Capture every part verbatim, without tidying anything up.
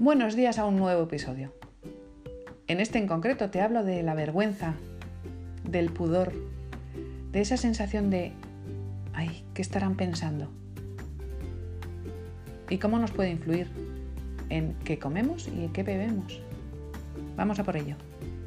Buenos días a un nuevo episodio. En este en concreto te hablo de la vergüenza, del pudor, de esa sensación de ¡ay! ¿Qué estarán pensando? ¿Y cómo nos puede influir en qué comemos y en qué bebemos? Vamos a por ello.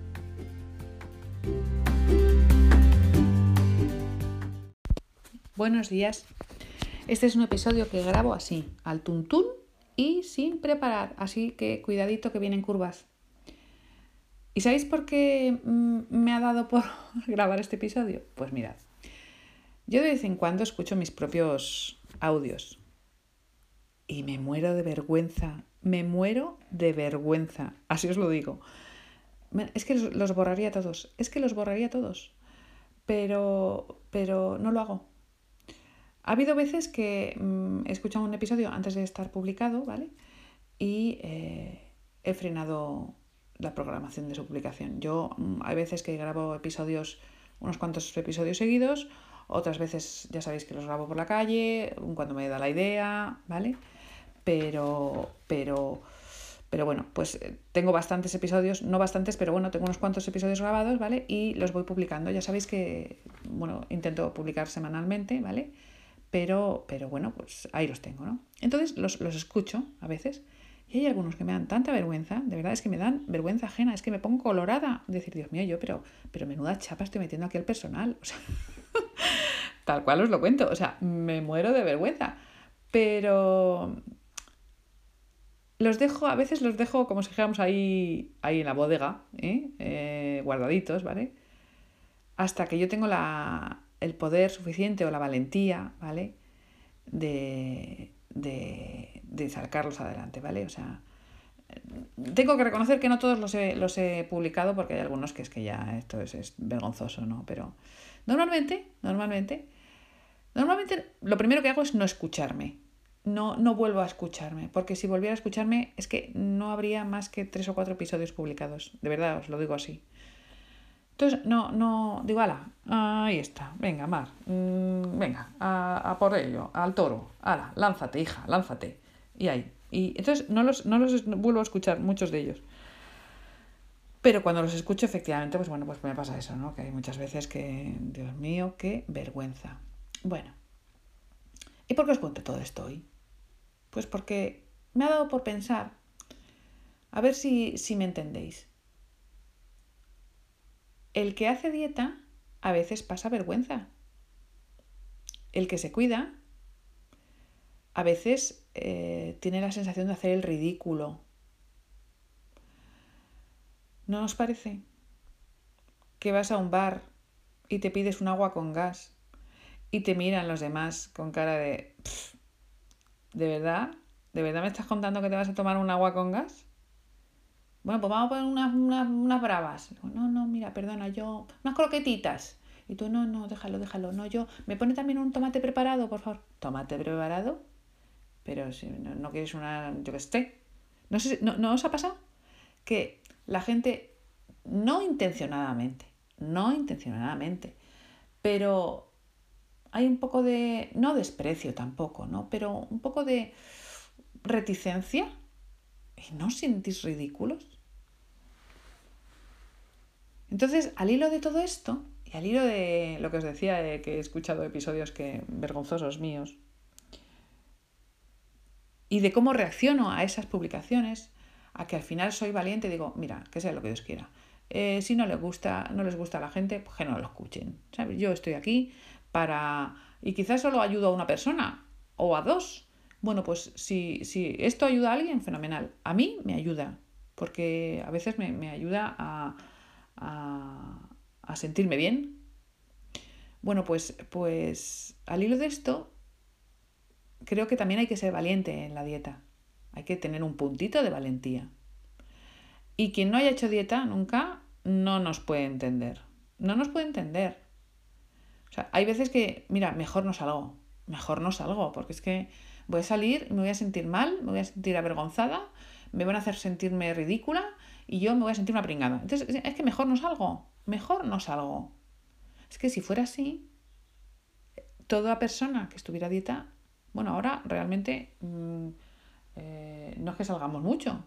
Buenos días. Este es un episodio que grabo así, al tuntún y sin preparar, así que cuidadito que vienen curvas. ¿Y sabéis por qué me ha dado por grabar este episodio? Pues mirad, yo de vez en cuando escucho mis propios audios y me muero de vergüenza, me muero de vergüenza, así os lo digo. Es que los borraría todos, es que los borraría todos, pero, pero no lo hago. Ha habido veces que mmm, he escuchado un episodio antes de estar publicado, ¿vale? Y eh, he frenado la programación de su publicación. Yo mmm, hay veces que grabo episodios, unos cuantos episodios seguidos, otras veces ya sabéis que los grabo por la calle, cuando me da la idea, ¿vale? Pero, pero, pero bueno, pues tengo bastantes episodios, no bastantes, pero bueno, tengo unos cuantos episodios grabados, ¿vale? Y los voy publicando. Ya sabéis que, bueno, intento publicar semanalmente, ¿vale? Pero, pero bueno, pues ahí los tengo, ¿no? Entonces los, los escucho a veces y hay algunos que me dan tanta vergüenza, de verdad es que me dan vergüenza ajena, es que me pongo colorada, decir, Dios mío, yo, pero, pero menuda chapa estoy metiendo aquí al personal, o sea, tal cual os lo cuento, o sea, me muero de vergüenza, pero los dejo, a veces los dejo como si dijéramos ahí, ahí en la bodega, ¿eh? Eh, guardaditos, ¿vale? Hasta que yo tengo la... el poder suficiente o la valentía, ¿vale? De, de, de sacarlos adelante, ¿vale? O sea, tengo que reconocer que no todos los he, los he publicado porque hay algunos que es que ya esto es, es vergonzoso, ¿no? Pero normalmente, normalmente, normalmente lo primero que hago es no escucharme. No, no vuelvo a escucharme, porque si volviera a escucharme es que no habría más que tres o cuatro episodios publicados. De verdad, os lo digo así. Entonces, no, no, digo, ala, ahí está, venga, Mar, mmm, venga, a, a por ello, al toro, ala, lánzate, hija, lánzate. Y ahí. Y entonces no los, no los vuelvo a escuchar, muchos de ellos. Pero cuando los escucho, efectivamente, pues bueno, pues me pasa eso, ¿no? Que hay muchas veces que, Dios mío, qué vergüenza. Bueno, ¿y por qué os cuento todo esto hoy? Pues porque me ha dado por pensar, a ver si, si me entendéis. El que hace dieta a veces pasa vergüenza. El que se cuida a veces eh, tiene la sensación de hacer el ridículo. ¿No os parece? Que vas a un bar y te pides un agua con gas y te miran los demás con cara de... ¿De verdad? ¿De verdad me estás contando que te vas a tomar un agua con gas? Bueno, pues vamos a poner unas, unas, unas bravas. No, no, mira, perdona, yo... Unas croquetitas. Y tú, no, no, déjalo, déjalo. No, yo... ¿Me pone también un tomate preparado, por favor? ¿Tomate preparado? Pero si no, no quieres una... Yo que esté. No sé, no, ¿no os ha pasado? Que la gente, no intencionadamente, no intencionadamente, pero hay un poco de... No desprecio tampoco, ¿no? Pero un poco de reticencia. ¿Y no os sentís ridículos? Entonces, al hilo de todo esto, y al hilo de lo que os decía, de que he escuchado episodios que vergonzosos míos, y de cómo reacciono a esas publicaciones, a que al final soy valiente y digo, mira, que sea lo que Dios quiera. Eh, si no les gusta, no les gusta a la gente, pues que no lo escuchen. ¿Sabes? Yo estoy aquí para... Y quizás solo ayudo a una persona o a dos. Bueno, pues si, si esto ayuda a alguien, fenomenal. A mí me ayuda, porque a veces me, me ayuda a, a, a sentirme bien. Bueno, pues, pues al hilo de esto, creo que también hay que ser valiente en la dieta. Hay que tener un puntito de valentía. Y quien no haya hecho dieta nunca no nos puede entender. No nos puede entender. O sea, hay veces que, mira, mejor no salgo. Mejor no salgo, porque es que voy a salir, me voy a sentir mal, me voy a sentir avergonzada, me van a hacer sentirme ridícula y yo me voy a sentir una pringada. Entonces, es que mejor no salgo. Mejor no salgo. Es que si fuera así, toda persona que estuviera a dieta, bueno, ahora realmente mmm, eh, no es que salgamos mucho,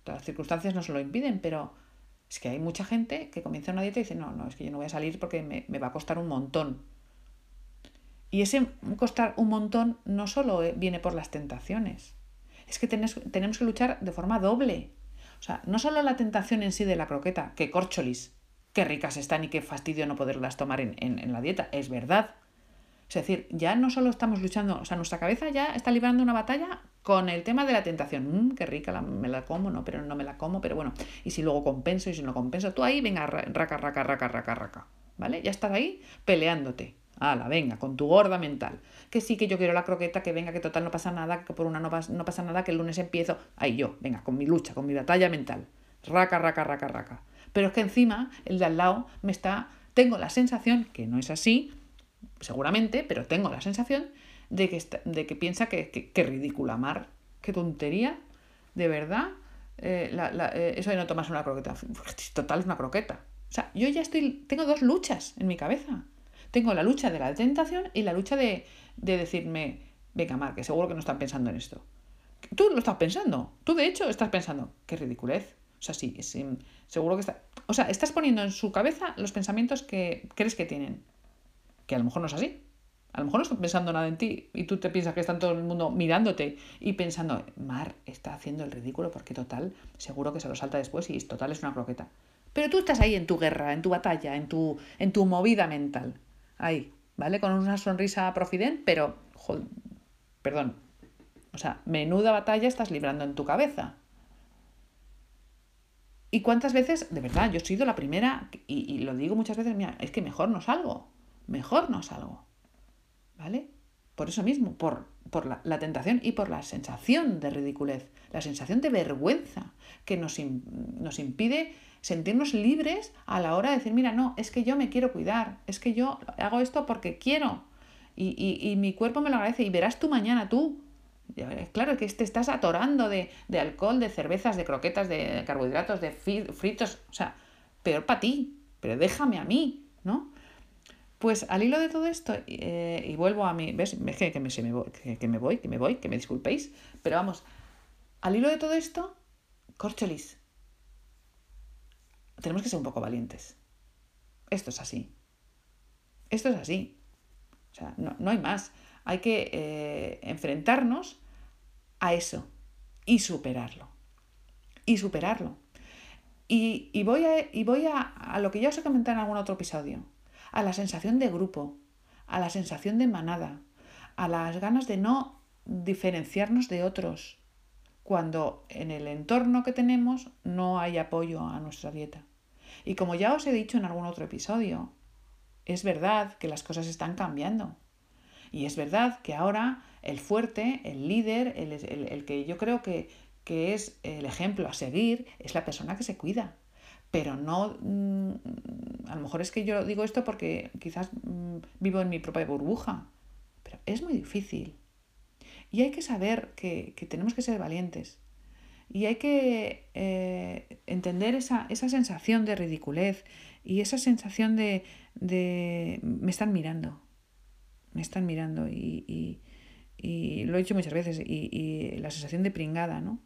Las circunstancias no se lo impiden, pero es que hay mucha gente que comienza una dieta y dice, no, no, es que yo no voy a salir porque me, me va a costar un montón. Y ese costar un montón no solo viene por las tentaciones, es que tenés, tenemos que luchar de forma doble. O sea, no solo la tentación en sí de la croqueta, que córcholis, qué ricas están y qué fastidio no poderlas tomar en, en, en la dieta, es verdad. Es decir, ya no solo estamos luchando, o sea, nuestra cabeza ya está librando una batalla con el tema de la tentación. Mmm, qué rica, la, me la como, no, pero no me la como, pero bueno, y si luego compenso y si no compenso, tú ahí, venga, raca, raca, raca, raca, raca, ¿vale? Ya estás ahí peleándote. Hala, venga, con tu gorda mental. Que sí, que yo quiero la croqueta, que venga, que total no pasa nada, que por una no, pas- no pasa nada, que el lunes empiezo. Ahí yo, venga, con mi lucha, con mi batalla mental. Raca, raca, raca, raca. Pero es que encima, el de al lado me está... Tengo la sensación, que no es así, seguramente, pero tengo la sensación de que, está, de que piensa que, que, que ridícula, Mar, qué tontería, de verdad, eh, la, la, eh, eso de no tomarse una croqueta, total es una croqueta. O sea, yo ya estoy, tengo dos luchas en mi cabeza. Tengo la lucha de la tentación y la lucha de, de decirme, venga, Mar, que seguro que no están pensando en esto. Tú lo estás pensando, tú de hecho estás pensando, qué ridiculez. O sea, sí, sí, seguro que está... O sea, estás poniendo en su cabeza los pensamientos que crees que tienen. Que a lo mejor no es así. A lo mejor no están pensando nada en ti y tú te piensas que está todo el mundo mirándote y pensando, Mar está haciendo el ridículo porque total, seguro que se lo salta después y total es una croqueta. Pero tú estás ahí en tu guerra, en tu batalla, en tu, en tu movida mental. Ahí, ¿vale? Con una sonrisa profident, pero, joder, perdón. O sea, menuda batalla estás librando en tu cabeza. ¿Y cuántas veces, de verdad, yo he sido la primera, y, y lo digo muchas veces, mira, es que mejor no salgo, mejor no salgo, ¿vale? Por eso mismo, por, por la, la tentación y por la sensación de ridiculez, la sensación de vergüenza que nos, nos impide sentirnos libres a la hora de decir, mira, no, es que yo me quiero cuidar, es que yo hago esto porque quiero, y, y, y mi cuerpo me lo agradece, y verás tú mañana tú. Claro que te estás atorando de, de alcohol, de cervezas, de croquetas, de carbohidratos, de fritos, o sea, peor para ti, pero déjame a mí, ¿no? Pues al hilo de todo esto, eh, y vuelvo a mí, ¿ves? Es que, que, me, se me voy, que, que me voy, que me voy, que me disculpéis, pero vamos, al hilo de todo esto, córcholis, tenemos que ser un poco valientes. Esto es así. Esto es así. O sea, no, no hay más. Hay que eh, enfrentarnos a eso y superarlo. Y superarlo. Y, y voy, a, y voy a, a lo que ya os he comentado en algún otro episodio, a la sensación de grupo, a la sensación de manada, a las ganas de no diferenciarnos de otros, cuando en el entorno que tenemos no hay apoyo a nuestra dieta. Y como ya os he dicho en algún otro episodio, es verdad que las cosas están cambiando. Y es verdad que ahora el fuerte, el líder, el, el, el que yo creo que, que es el ejemplo a seguir, es la persona que se cuida. Pero no, mmm, a lo mejor es que yo digo esto porque quizás mmm, vivo en mi propia burbuja, pero es muy difícil. Y hay que saber que, que tenemos que ser valientes. Y hay que eh, entender esa, esa sensación de ridiculez y esa sensación de, de me están mirando. Me están mirando y, y, y lo he dicho muchas veces y, y la sensación de pringada, ¿no?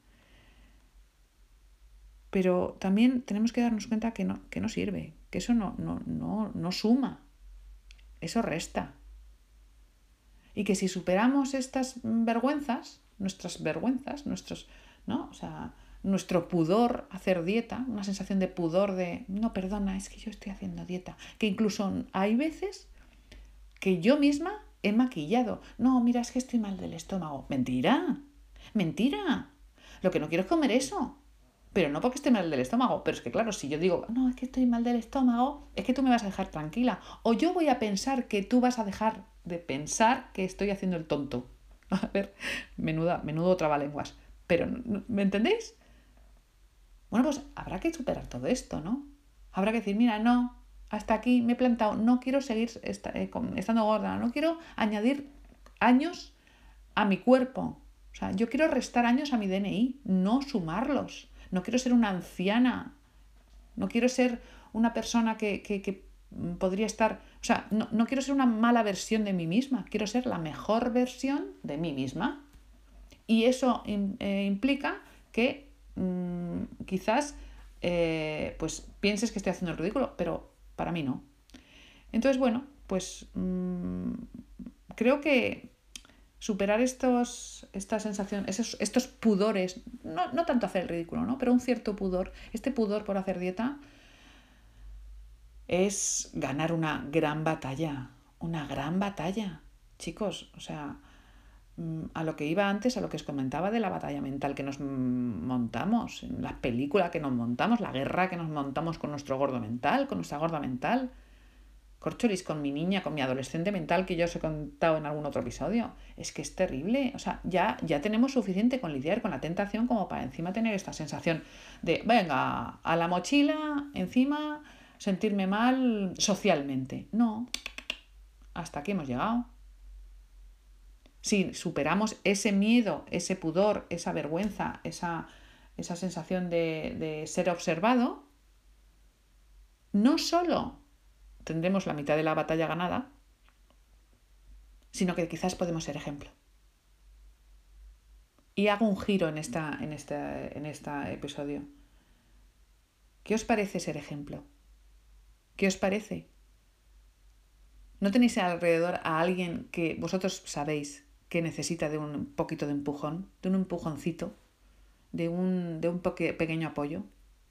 Pero también tenemos que darnos cuenta que no, que no sirve, que eso no, no, no, no suma, eso resta. Y que si superamos estas vergüenzas, nuestras vergüenzas, nuestros, ¿no? O sea, nuestro pudor a hacer dieta, una sensación de pudor de, no, perdona, es que yo estoy haciendo dieta, que incluso hay veces que yo misma he maquillado. No, mira, es que estoy mal del estómago. Mentira, mentira. Lo que no quiero es comer eso. Pero no porque esté mal del estómago. Pero es que claro, si yo digo, no, es que estoy mal del estómago, es que tú me vas a dejar tranquila. O yo voy a pensar que tú vas a dejar de pensar que estoy haciendo el tonto. A ver, menuda, menudo trabalenguas. Pero, ¿me entendéis? Bueno, pues habrá que superar todo esto, ¿no? Habrá que decir, mira, no, hasta aquí me he plantado, no quiero seguir estando gorda, no quiero añadir años a mi cuerpo. O sea, yo quiero restar años a mi D N I, no sumarlos. No quiero ser una anciana, no quiero ser una persona que, que, que podría estar... O sea, no, no quiero ser una mala versión de mí misma, quiero ser la mejor versión de mí misma. Y eso eh, implica que mmm, mmm, quizás eh, pues pienses que estoy haciendo el ridículo, pero para mí no. Entonces, bueno, pues mmm, creo que superar estos, esta sensación, esos, estos pudores, no, no tanto hacer el ridículo, ¿no? Pero un cierto pudor, este pudor por hacer dieta es ganar una gran batalla, una gran batalla, chicos, o sea, a lo que iba antes, a lo que os comentaba de la batalla mental que nos montamos, la película que nos montamos, la guerra que nos montamos con nuestro gordo mental, con nuestra gorda mental. Corcholis, con mi niña, con mi adolescente mental que yo os he contado en algún otro episodio. Es que es terrible. O sea, ya, ya tenemos suficiente con lidiar con la tentación como para encima tener esta sensación de, venga, a la mochila, encima, sentirme mal socialmente. No, hasta aquí hemos llegado. Si superamos ese miedo, ese pudor, esa vergüenza, esa, esa sensación de, de ser observado, no solo tendremos la mitad de la batalla ganada, sino que quizás podemos ser ejemplo. Y hago un giro en, esta, en, este, en este episodio. ¿Qué os parece ser ejemplo? ¿Qué os parece? ¿No tenéis alrededor a alguien que vosotros sabéis que necesita de un poquito de empujón, de un empujoncito, de un, de un pequeño apoyo?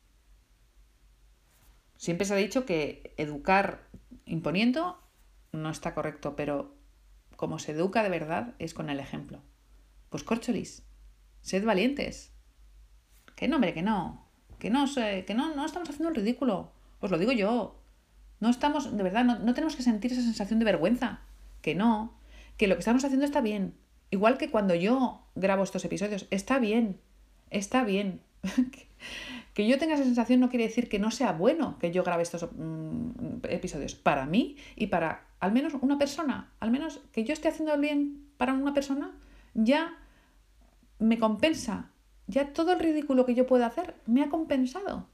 Siempre se ha dicho que educar imponiendo no está correcto, pero como se educa de verdad es con el ejemplo. Pues corcholis, sed valientes. Que no, hombre, que no. Que no, que no, no estamos haciendo el ridículo. Os lo digo yo. No estamos, de verdad, no, no tenemos que sentir esa sensación de vergüenza. Que no. Que lo que estamos haciendo está bien. Igual que cuando yo grabo estos episodios, está bien. Está bien. Que yo tenga esa sensación no quiere decir que no sea bueno que yo grabe estos mm, episodios para mí y para al menos una persona. Al menos que yo esté haciendo bien para una persona, ya me compensa. Ya todo el ridículo que yo pueda hacer me ha compensado.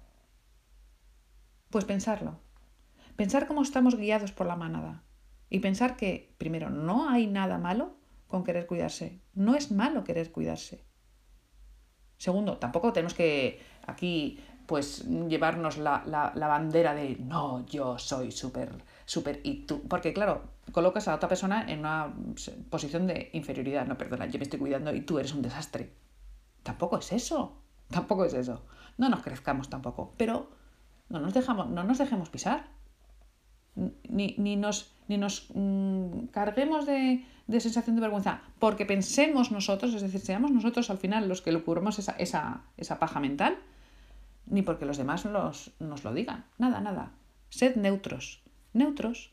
Pues pensarlo. Pensar cómo estamos guiados por la manada. Y pensar que, primero, no hay nada malo con querer cuidarse. No es malo querer cuidarse. Segundo, tampoco tenemos que aquí pues llevarnos la, la, la bandera de no, yo soy súper, súper y tú. Porque claro, colocas a la otra persona en una posición de inferioridad. No, perdona, yo me estoy cuidando y tú eres un desastre. Tampoco es eso. Tampoco es eso. No nos crezcamos tampoco. Pero no nos, dejamos, no nos dejemos pisar. Ni, ni nos, ni nos mmm, carguemos de, de sensación de vergüenza porque pensemos nosotros, es decir, seamos nosotros al final los que le curamos esa, esa, esa paja mental, ni porque los demás los, nos lo digan. Nada, nada. Sed neutros. Neutros.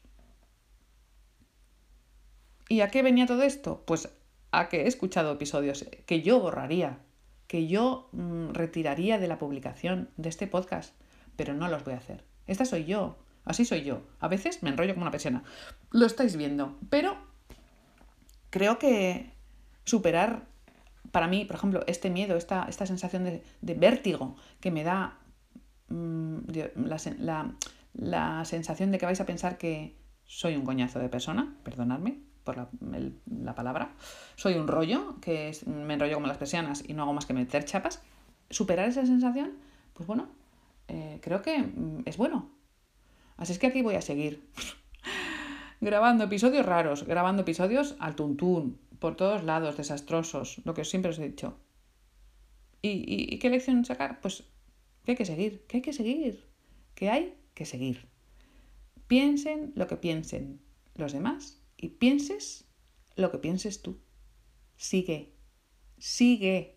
¿Y a qué venía todo esto? Pues a que he escuchado episodios que yo borraría, que yo mmm, retiraría de la publicación de este podcast, pero no los voy a hacer. Esta soy yo. Así soy yo. A veces me enrollo como una persiana. Lo estáis viendo. Pero creo que superar, para mí, por ejemplo, este miedo, esta, esta sensación de, de vértigo que me da mmm, la, la, la sensación de que vais a pensar que soy un coñazo de persona, perdonadme por la, el, la palabra, soy un rollo, que es, me enrollo como las persianas y no hago más que meter chapas. Superar esa sensación, pues bueno, eh, creo que mm, es bueno. Así es que aquí voy a seguir grabando episodios raros, grabando episodios al tuntún, por todos lados, desastrosos, lo que siempre os he dicho. ¿Y, y, y qué lección sacar? Pues que hay que seguir, que hay que seguir, que hay que seguir. Piensen lo que piensen los demás y pienses lo que pienses tú. Sigue, sigue.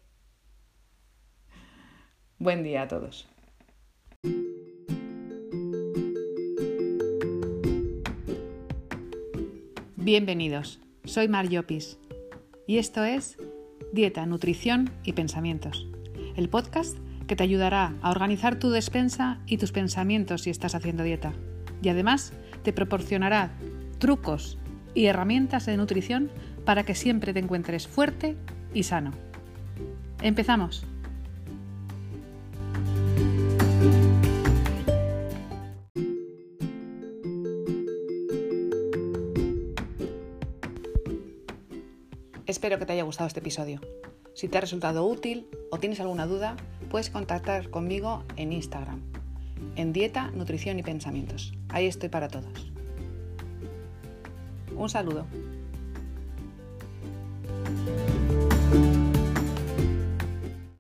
Buen día a todos. Bienvenidos, soy Mar Llopis y esto es Dieta, Nutrición y Pensamientos, el podcast que te ayudará a organizar tu despensa y tus pensamientos si estás haciendo dieta y además te proporcionará trucos y herramientas de nutrición para que siempre te encuentres fuerte y sano. ¡Empezamos! Espero que te haya gustado este episodio. Si te ha resultado útil o tienes alguna duda, puedes contactar conmigo en Instagram, en Dieta, Nutrición y Pensamientos. Ahí estoy para todos. Un saludo.